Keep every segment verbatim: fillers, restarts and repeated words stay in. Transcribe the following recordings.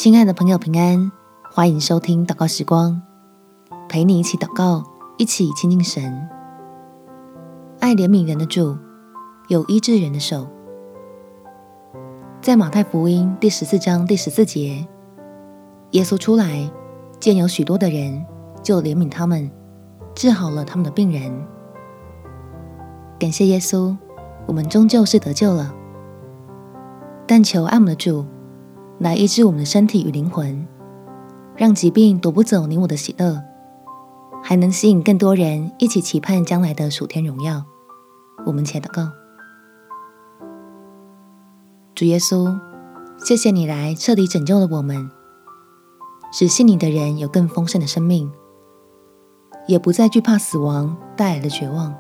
亲爱的朋友平安，欢迎收听祷告时光，陪你一起祷告，一起亲近神。爱怜悯人的主，有医治人的手。在马太福音第十四章第十四节，耶稣出来，见有许多的人，就怜悯他们，治好了他们的病人。感谢耶稣，我们终究是得救了。但求爱我们的主来医治我们的身体与灵魂，让疾病夺不走你我的喜乐，还能吸引更多人一起期盼将来的属天荣耀。我们且祷告。主耶稣，谢谢你来彻底拯救了我们，使信你的人有更丰盛的生命，也不再惧怕死亡带来的绝望。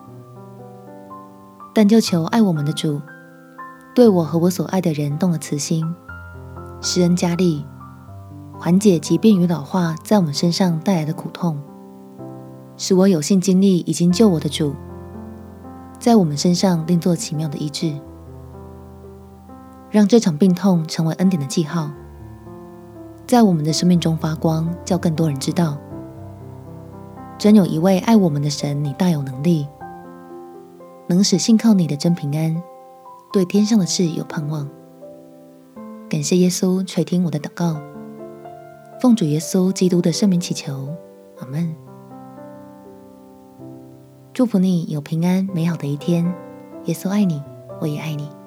但就求爱我们的主对我和我所爱的人动了慈心，施恩加力，缓解疾病与老化在我们身上带来的苦痛，使我有幸经历已经救我的主在我们身上另做奇妙的医治，让这场病痛成为恩典的记号，在我们的生命中发光，叫更多人知道，真有一位爱我们的神，你大有能力，能使信靠你的真平安对天上的事有盼望。感谢耶稣垂听我的祷告，奉主耶稣基督的圣名祈求，阿们。祝福你有平安美好的一天，耶稣爱你，我也爱你。